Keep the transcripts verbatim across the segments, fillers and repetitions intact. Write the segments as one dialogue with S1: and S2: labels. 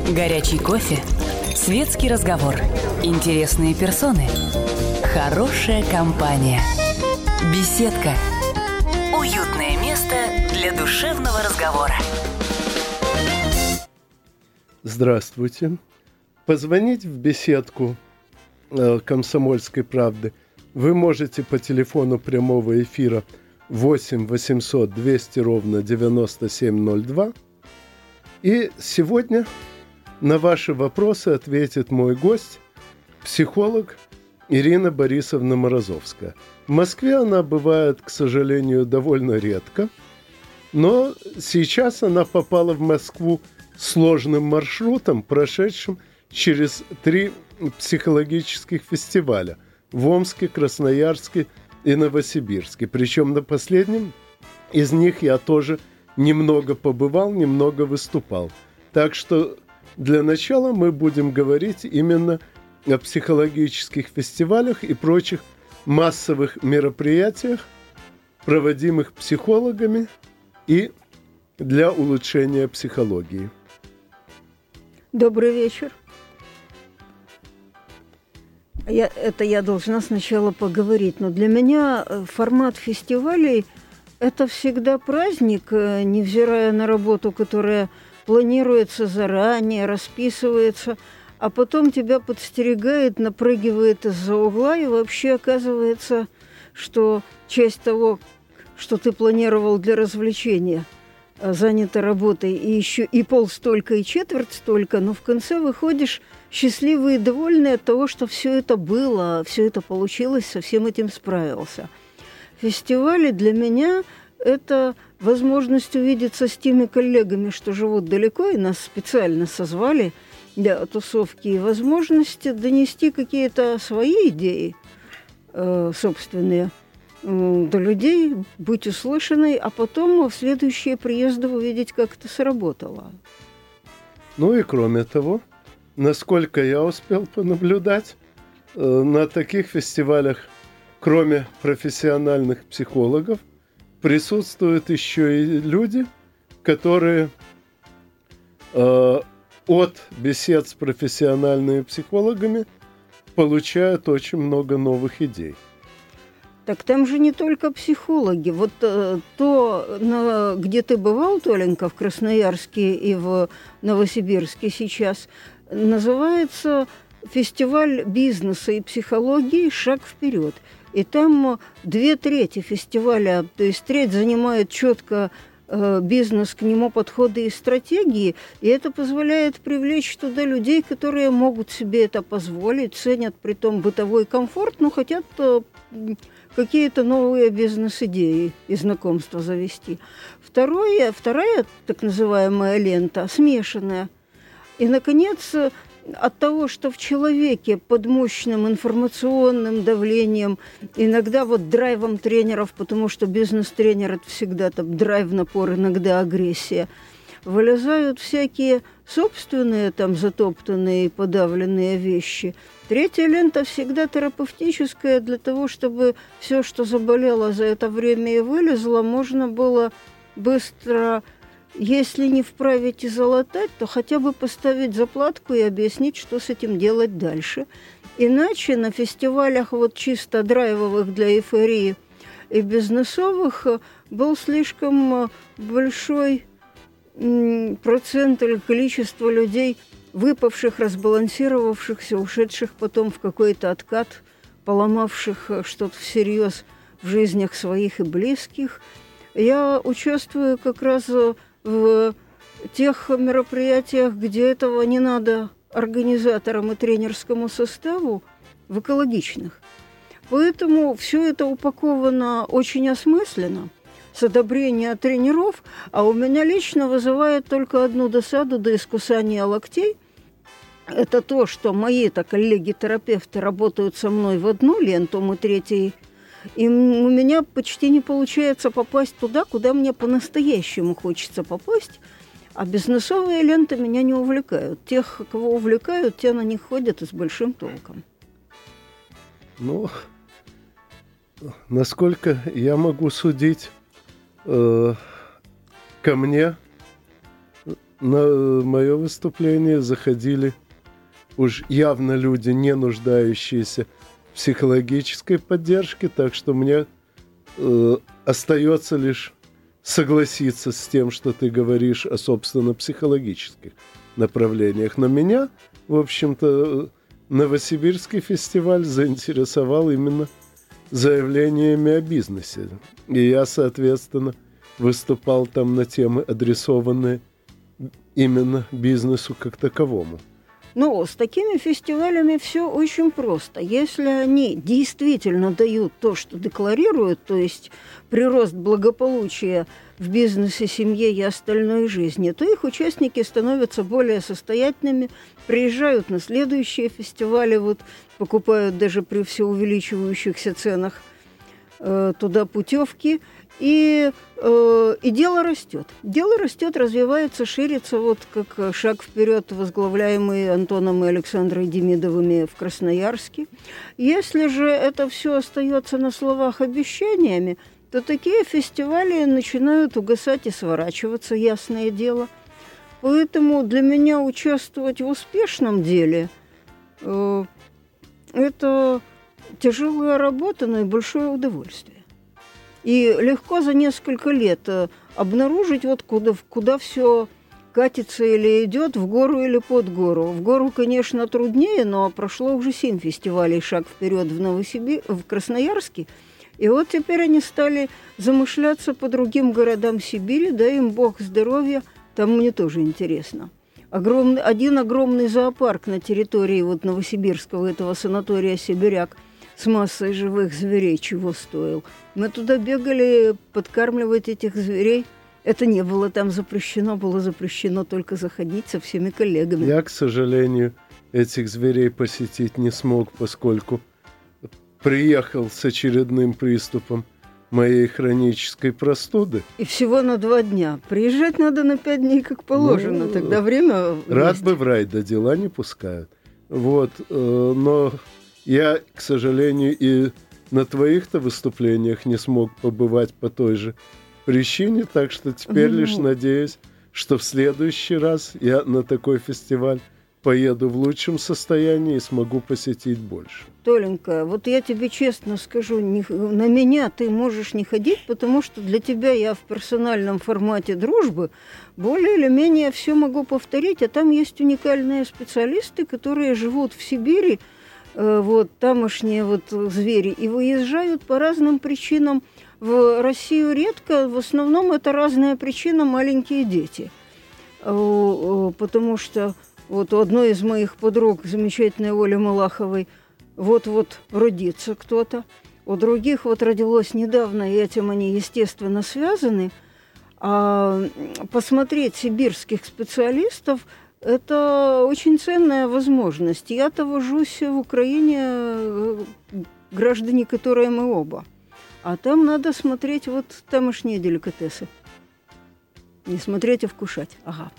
S1: Горячий кофе, светский разговор, интересные персоны, хорошая компания, беседка, уютное место для душевного разговора.
S2: Здравствуйте. Позвонить в беседку э, «Комсомольской правды» вы можете по телефону прямого эфира восемь восемьсот двести ровно девяносто семь ноль два. И сегодня на ваши вопросы ответит мой гость, психолог Ирина Борисовна Морозовская. В Москве она бывает, к сожалению, довольно редко, но сейчас она попала в Москву сложным маршрутом, прошедшим через три психологических фестиваля в Омске, Красноярске и Новосибирске. Причем на последнем из них я тоже немного побывал, немного выступал. Так что для начала мы будем говорить именно о психологических фестивалях и прочих массовых мероприятиях, проводимых психологами и для улучшения психологии.
S3: Добрый вечер. Я, это я должна сначала поговорить, но для меня формат фестивалей – это всегда праздник, невзирая на работу, которая планируется заранее, расписывается, а потом тебя подстерегает, напрыгивает из-за угла, и вообще оказывается, что часть того, что ты планировал для развлечения, занята работой, и еще и пол столько, и четверть столько, но в конце выходишь счастливый и довольный от того, что все это было, все это получилось, со всем этим справился. Фестивали для меня – это возможность увидеться с теми коллегами, что живут далеко, и нас специально созвали для тусовки, и возможность донести какие-то свои идеи э, собственные э, до людей, быть услышанной, а потом в следующие приезды увидеть, как это сработало.
S2: Ну и кроме того, насколько я успел понаблюдать, э, на таких фестивалях, кроме профессиональных психологов, присутствуют еще и люди, которые э, от бесед с профессиональными психологами получают очень много новых идей.
S3: Так там же не только психологи. Вот э, то, на, где ты бывал, Толенька, в Красноярске и в Новосибирске сейчас, называется фестиваль бизнеса и психологии «Шаг вперед». И там две трети фестиваля, то есть треть занимает четко э, бизнес, к нему подходы и стратегии, и это позволяет привлечь туда людей, которые могут себе это позволить, ценят притом бытовой комфорт, но хотят э, какие-то новые бизнес-идеи и знакомства завести. Второе, вторая так называемая лента смешанная. И, наконец, от того, что в человеке под мощным информационным давлением, иногда вот драйвом тренеров, потому что бизнес-тренер – это всегда там драйв, напор, иногда агрессия, вылезают всякие собственные там затоптанные и подавленные вещи. Третья лента всегда терапевтическая для того, чтобы все, что заболело за это время и вылезло, можно было быстро, если не вправить и залатать, то хотя бы поставить заплатку и объяснить, что с этим делать дальше. Иначе на фестивалях вот чисто драйвовых для эйфории и бизнесовых был слишком большой процент или количество людей, выпавших, разбалансировавшихся, ушедших потом в какой-то откат, поломавших что-то всерьез в жизнях своих и близких. Я участвую как раз в тех мероприятиях, где этого не надо организаторам и тренерскому составу, в экологичных. Поэтому все это упаковано очень осмысленно, с одобрения тренеров, а у меня лично вызывает только одну досаду до искусания локтей. Это то, что мои-то коллеги-терапевты работают со мной в одну ленту, мы третий, и у меня почти не получается попасть туда, куда мне по-настоящему хочется попасть, а бизнесовые ленты меня не увлекают. Тех, кого увлекают, те на них ходят и с большим толком.
S2: Ну, насколько я могу судить, э, ко мне на мое выступление заходили уж явно люди, не нуждающиеся в психологической поддержке, так что мне э, остается лишь согласиться с тем, что ты говоришь о, собственно, психологических направлениях. Но меня, в общем-то, Новосибирский фестиваль заинтересовал именно заявлениями о бизнесе. И я, соответственно, выступал там на темы, адресованные именно бизнесу как таковому.
S3: Ну, с такими фестивалями все очень просто. Если они действительно дают то, что декларируют, то есть прирост благополучия в бизнесе, семье и остальной жизни, то их участники становятся более состоятельными, приезжают на следующие фестивали, вот, покупают даже при все увеличивающихся ценах э, туда путевки. И, э, и дело растет. Дело растет, развивается, ширится, вот как шаг вперед, возглавляемый Антоном и Александрой Демидовыми в Красноярске. Если же это все остается на словах обещаниями, то такие фестивали начинают угасать и сворачиваться, ясное дело. Поэтому для меня участвовать в успешном деле э, это тяжелая работа, но и большое удовольствие. И легко за несколько лет обнаружить, вот куда, куда все катится или идет, в гору или под гору. В гору, конечно, труднее, но прошло уже семь фестивалей «Шаг вперед» в Новосибир... в Красноярске. И вот теперь они стали замышляться по другим городам Сибири, дай им бог здоровья, там мне тоже интересно. Огромный, один огромный зоопарк на территории вот Новосибирского этого санатория «Сибиряк» с массой живых зверей чего стоил. Мы туда бегали подкармливать этих зверей. Это не было там запрещено, было запрещено только заходить со всеми коллегами.
S2: Я, к сожалению, этих зверей посетить не смог, поскольку приехал с очередным приступом моей хронической простуды.
S3: И всего на два дня. Приезжать надо на пять дней, как положено. Ну, тогда время
S2: рад
S3: есть.
S2: бы в рай, да дела не пускают. Вот, э, но я, к сожалению, и на твоих-то выступлениях не смог побывать по той же причине, так что теперь mm-hmm. лишь надеюсь, что в следующий раз я на такой фестиваль поеду в лучшем состоянии и смогу посетить больше.
S3: Толенька, вот я тебе честно скажу, не, на меня ты можешь не ходить, потому что для тебя я в персональном формате дружбы более или менее все могу повторить, а там есть уникальные специалисты, которые живут в Сибири, вот тамошние вот звери, и выезжают по разным причинам в Россию редко, в основном это разная причина — маленькие дети. Потому что вот у одной из моих подруг, замечательной Оли Малаховой, вот-вот родится кто-то, у других вот родилось недавно, и этим они, естественно, связаны. А посмотреть сибирских специалистов — это очень ценная возможность. Я-то вожусь в Украине, граждане, которые мы оба. А там надо смотреть вот тамошние деликатесы. Не смотреть, а вкушать. Ага.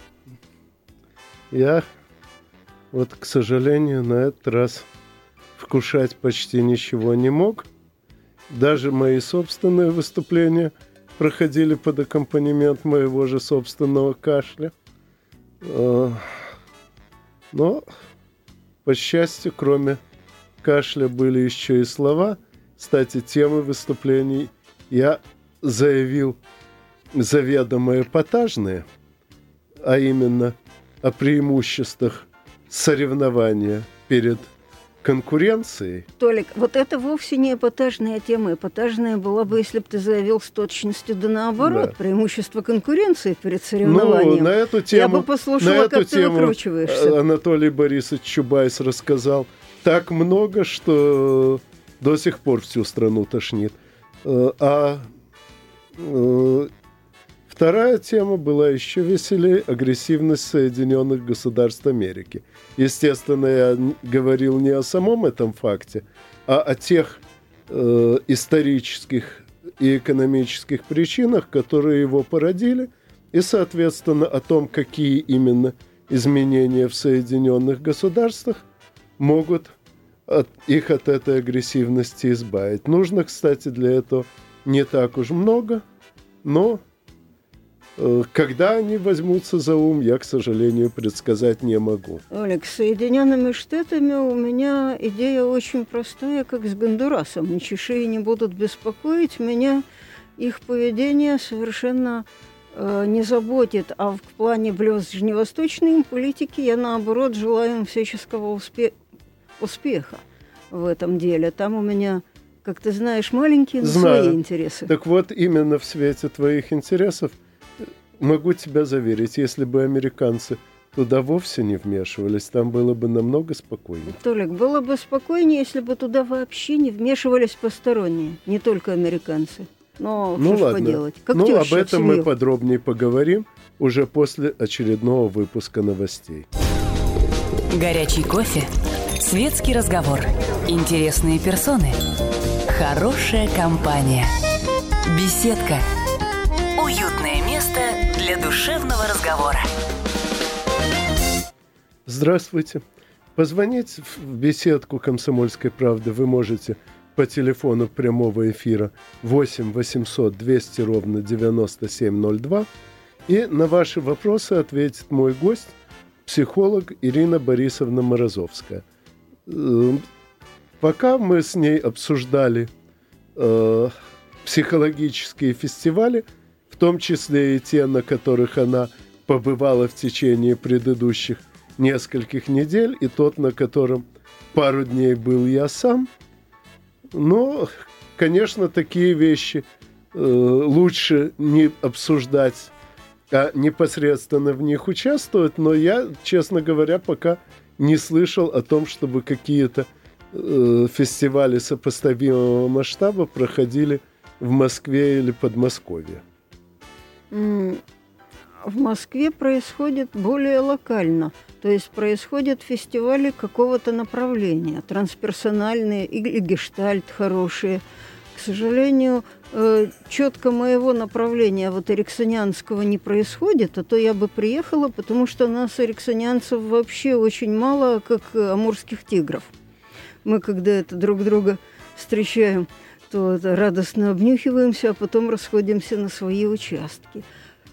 S2: Я вот, к сожалению, на этот раз вкушать почти ничего не мог. Даже мои собственные выступления проходили под аккомпанемент моего же собственного кашля. Но, по счастью, кроме кашля были еще и слова. Кстати, темы выступлений я заявил заведомо эпатажные, а именно о преимуществах соревнования перед конкуренцией.
S3: Толик, вот это вовсе не эпатажная тема. Эпатажная была бы, если бы ты заявил с точностью да наоборот. Да. Преимущество конкуренции перед соревнованием.
S2: Ну, на эту тему,
S3: я бы послушала,
S2: на эту
S3: как
S2: тему
S3: ты выкручиваешься.
S2: Анатолий Борисович Чубайс рассказал так много, что до сих пор всю страну тошнит. А вторая тема была еще веселее — агрессивность Соединенных Государств Америки. Естественно, я говорил не о самом этом факте, а о тех э, исторических и экономических причинах, которые его породили, и, соответственно, о том, какие именно изменения в Соединенных Государствах могут от, их от этой агрессивности избавить. Нужно, кстати, для этого не так уж много, но Когда они возьмутся за ум, я, к сожалению, предсказать не могу.
S3: Олег, с Соединенными Штатами у меня идея очень простая, как с Гондурасом. Ни чеши не будут беспокоить меня, их поведение совершенно э, не заботит. А в плане ближневосточной им политики я, наоборот, желаю им всяческого успе- успеха в этом деле. Там у меня, как ты знаешь, маленькие, но
S2: Знаю.
S3: свои интересы.
S2: Так вот, именно в свете твоих интересов могу тебя заверить, если бы американцы туда вовсе не вмешивались, там было бы намного спокойнее.
S3: Толик, было бы спокойнее, если бы туда вообще не вмешивались посторонние, не только американцы. Но
S2: ну
S3: что
S2: ладно.
S3: ж поделать? Как
S2: ну,
S3: теща
S2: об этом
S3: в
S2: мы
S3: семью.
S2: подробнее поговорим уже после очередного выпуска новостей.
S1: Горячий кофе, светский разговор, интересные персоны, хорошая компания, беседка. Уютное место для душевного разговора.
S2: Здравствуйте. Позвонить в беседку «Комсомольской правды» вы можете по телефону прямого эфира восемь восемьсот двести ровно девяносто семь ноль два. И на ваши вопросы ответит мой гость, психолог Ирина Борисовна Морозовская. Пока мы с ней обсуждали э, психологические фестивали, в том числе и те, на которых она побывала в течение предыдущих нескольких недель, и тот, на котором пару дней был я сам. Но, конечно, такие вещи э, лучше не обсуждать, а непосредственно в них участвовать. Но я, честно говоря, пока не слышал о том, чтобы какие-то э, фестивали сопоставимого масштаба проходили в Москве или Подмосковье.
S3: В Москве происходит более локально, то есть происходят фестивали какого-то направления, трансперсональные или гештальт хорошие. К сожалению, четко моего направления вот эриксонианского не происходит, а то я бы приехала, потому что нас, эриксонианцев, вообще очень мало, как амурских тигров. Мы, когда это друг друга встречаем, то это радостно обнюхиваемся, а потом расходимся на свои участки.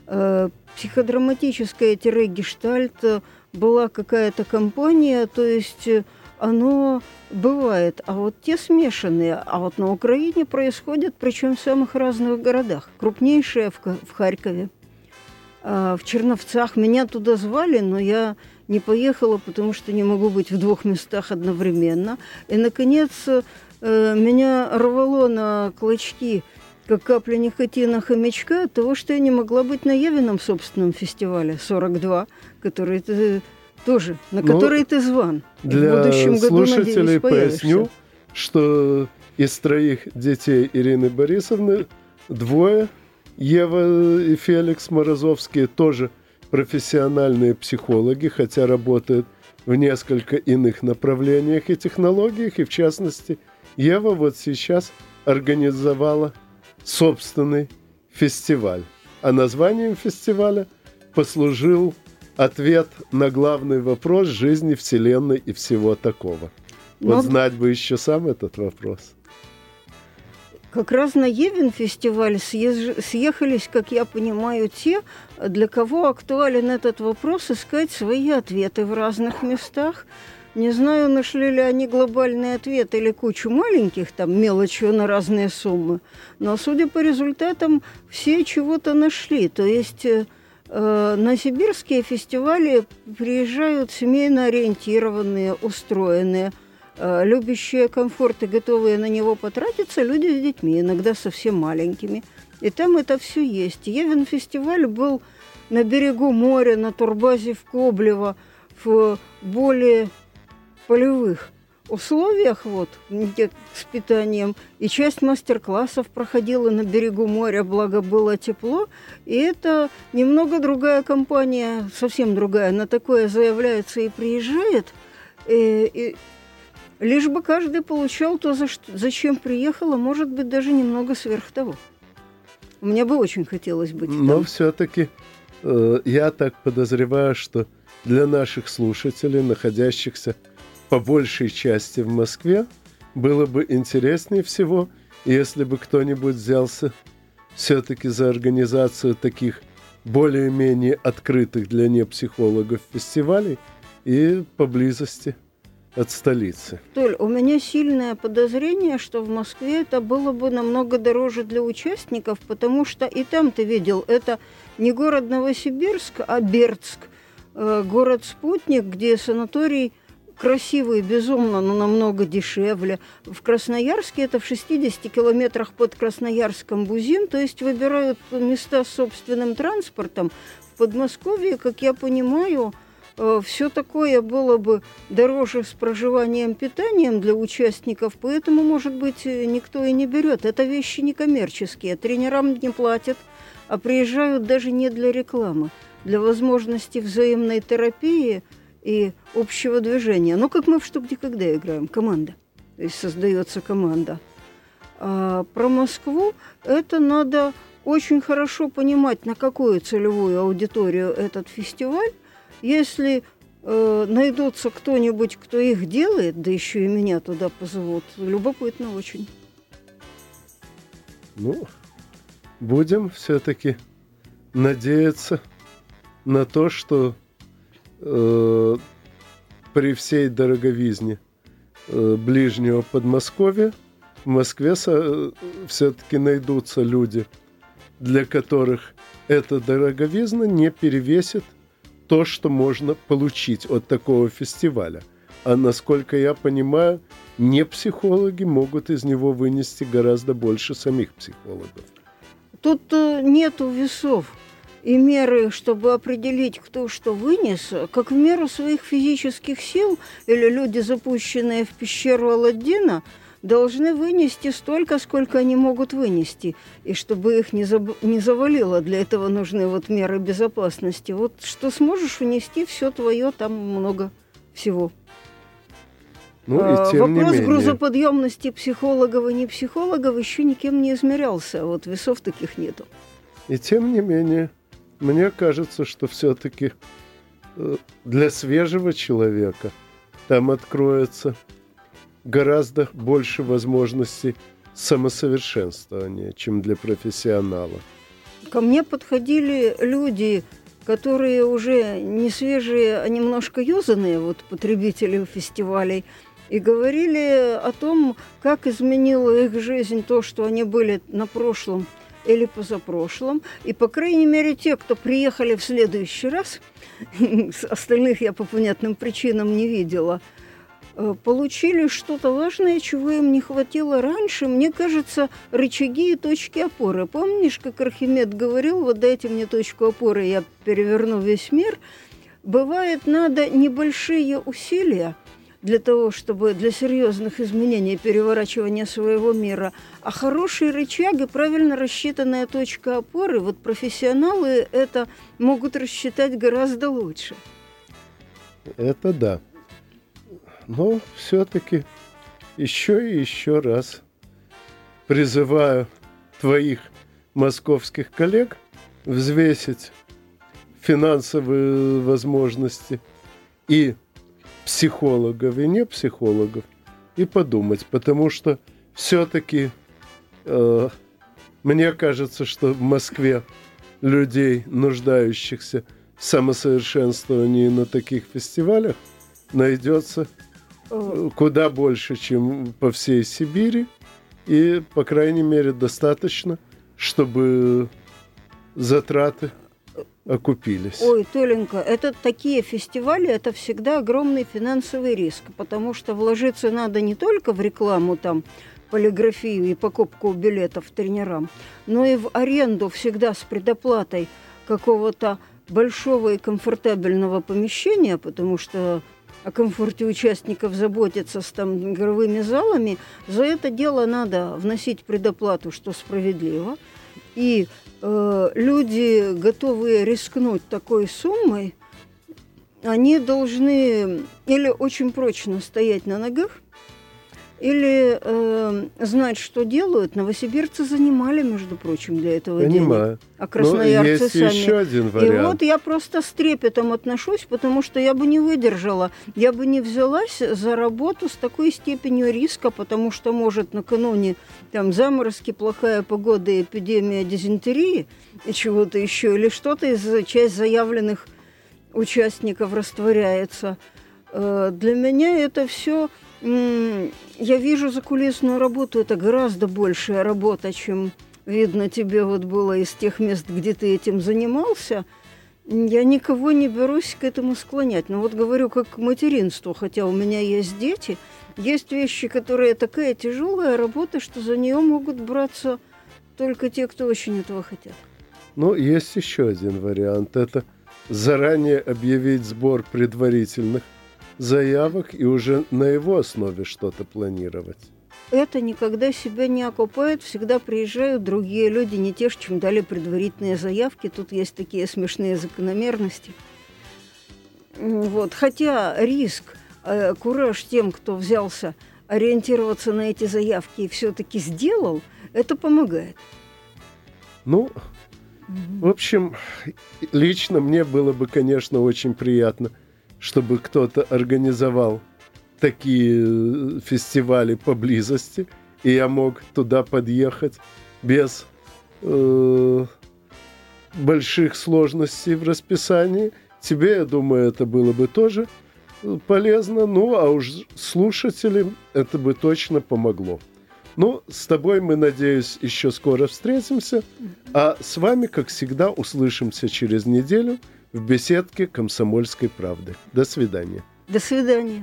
S3: Психодраматическая-гештальт была какая-то компания, то есть оно бывает. А вот те смешанные, а вот на Украине происходят, причем в самых разных городах. Крупнейшая в, в Харькове, в Черновцах. Меня туда звали, но я не поехала, потому что не могу быть в двух местах одновременно. И, наконец, меня рвало на клочки, как капля никотина хомячка, от того, что я не могла быть на Явином собственном фестивале сорок два, который ты тоже, на
S2: Но
S3: который ты зван. И
S2: для
S3: в будущем году,
S2: слушателей
S3: надеюсь,
S2: поясню, что из троих детей Ирины Борисовны двое, Ева и Феликс Морозовские, тоже профессиональные психологи, хотя работают в несколько иных направлениях и технологиях, и в частности Ева вот сейчас организовала собственный фестиваль. А названием фестиваля послужил ответ на главный вопрос жизни, Вселенной и всего такого.
S3: Но
S2: Вот знать бы еще сам этот вопрос.
S3: Как раз на Евин фестиваль съезж... съехались, как я понимаю, те, для кого актуален этот вопрос, искать свои ответы в разных местах. Не знаю, нашли ли они глобальный ответ или кучу маленьких, там, мелочью на разные суммы, но, судя по результатам, все чего-то нашли. То есть э, на сибирские фестивали приезжают семейно ориентированные, устроенные, э, любящие комфорт и готовые на него потратиться люди с детьми, иногда совсем маленькими. И там это все есть. Евин фестиваль был на берегу моря, на турбазе в Коблево, в более полевых условиях, вот, с питанием, и часть мастер-классов проходила на берегу моря, благо было тепло, и это немного другая компания, совсем другая, на такое заявляется и приезжает, и, и лишь бы каждый получал то, за что, зачем приехал, а может быть, даже немного сверх того. Мне бы очень хотелось быть там.
S2: Но все-таки э, я так подозреваю, что для наших слушателей, находящихся по большей части в Москве, было бы интереснее всего, если бы кто-нибудь взялся все-таки за организацию таких более-менее открытых для непсихологов фестивалей и поблизости от столицы.
S3: Толь, у меня сильное подозрение, что в Москве это было бы намного дороже для участников, потому что и там ты видел, это не город Новосибирск, а Бердск, город-спутник, где санаторий красивый, безумно, но намного дешевле. В Красноярске это в шестидесяти километрах под Красноярском Бузин, то есть выбирают места с собственным транспортом. В Подмосковье, как я понимаю, все такое было бы дороже с проживанием, питанием для участников, поэтому, может быть, никто и не берет. Это вещи некоммерческие, тренерам не платят, а приезжают даже не для рекламы, для возможности взаимной терапии и общего движения. Ну, как мы в «Что, где, когда» играем, команда. То есть создается команда. А про Москву это надо очень хорошо понимать, на какую целевую аудиторию этот фестиваль. Если э, найдутся кто-нибудь, кто их делает, да еще и меня туда позовут, любопытно очень.
S2: Ну, будем все-таки надеяться на то, что э, при всей дороговизне э, ближнего Подмосковья в Москве со, все-таки найдутся люди, для которых эта дороговизна не перевесит то, что можно получить от такого фестиваля. А насколько я понимаю, не психологи могут из него вынести гораздо больше самих психологов.
S3: Тут нету весов и меры, чтобы определить, кто что вынес, как в меру своих физических сил, или люди, запущенные в пещеру Аладдина, должны вынести столько, сколько они могут вынести. И чтобы их не, заб... не завалило, для этого нужны вот меры безопасности. Вот что сможешь унести, все твое, там много всего.
S2: Ну, и тем
S3: Вопрос
S2: не менее...
S3: грузоподъемности психологов и не психологов еще никем не измерялся. Вот весов таких нету.
S2: И тем не менее, мне кажется, что все-таки для свежего человека там откроется гораздо больше возможностей самосовершенствования, чем для профессионала.
S3: Ко мне подходили люди, которые уже не свежие, а немножко юзанные, вот потребители фестивалей, и говорили о том, как изменила их жизнь то, что они были на прошлом или позапрошлом. И, по крайней мере, те, кто приехали в следующий раз, остальных я по понятным причинам не видела, получили что-то важное, чего им не хватило раньше. Мне кажется, рычаги и точки опоры. Помнишь, как Архимед говорил, вот дайте мне точку опоры, я переверну весь мир. Бывает, надо небольшие усилия для того, чтобы для серьезных изменений, переворачивания своего мира, а хороший рычаг и правильно рассчитанная точка опоры, вот профессионалы это могут рассчитать гораздо лучше.
S2: Это да. Но все-таки еще и еще раз призываю твоих московских коллег взвесить финансовые возможности и психологов, и не психологов, и подумать, потому что все-таки э, мне кажется, что в Москве людей, нуждающихся в самосовершенствовании на таких фестивалях, найдется куда больше, чем по всей Сибири, и, по крайней мере, достаточно, чтобы затраты окупились.
S3: Ой, Толенька, это такие фестивали, это всегда огромный финансовый риск, потому что вложиться надо не только в рекламу, там, полиграфию и покупку билетов тренерам, но и в аренду всегда с предоплатой какого-то большого и комфортабельного помещения, потому что о комфорте участников заботиться с там игровыми залами, за это дело надо вносить предоплату, что справедливо. И э, люди, готовые рискнуть такой суммой, они должны или очень прочно стоять на ногах, или э, знать, что делают, новосибирцы занимали, между прочим, для этого
S2: Понимаю.
S3: денег. А красноярцы
S2: есть
S3: сами.
S2: еще один вариант.
S3: И вот я просто с трепетом отношусь, потому что я бы не выдержала, я бы не взялась за работу с такой степенью риска, потому что, может, накануне там заморозки, плохая погода, эпидемия дизентерии и чего-то еще, или что-то из часть заявленных участников растворяется. Для меня это все, я вижу закулисную работу, это гораздо большая работа, чем видно тебе вот было из тех мест, где ты этим занимался. Я никого не берусь к этому склонять. Но вот говорю как к материнству, хотя у меня есть дети, есть вещи, которые такая тяжелая работа, что за нее могут браться только те, кто очень этого хотят.
S2: Ну, есть еще один вариант. Это заранее объявить сбор предварительных заявок и уже на его основе что-то планировать.
S3: Это никогда себя не окупает. Всегда приезжают другие люди, не те, чем дали предварительные заявки. Тут есть такие смешные закономерности. Вот. Хотя риск, э, кураж тем, кто взялся ориентироваться на эти заявки и все-таки сделал, это помогает.
S2: Ну, в общем, лично мне было бы, конечно, очень приятно, чтобы кто-то организовал такие фестивали поблизости, и я мог туда подъехать без э, больших сложностей в расписании. Тебе, я думаю, это было бы тоже полезно. Ну, а уж слушателям это бы точно помогло. Ну, с тобой мы, надеюсь, еще скоро встретимся. А с вами, как всегда, услышимся через неделю в беседке «Комсомольской правды». До свидания.
S3: До свидания.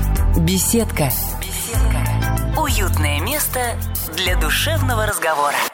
S1: Беседка. Беседка. Уютное место для душевного разговора.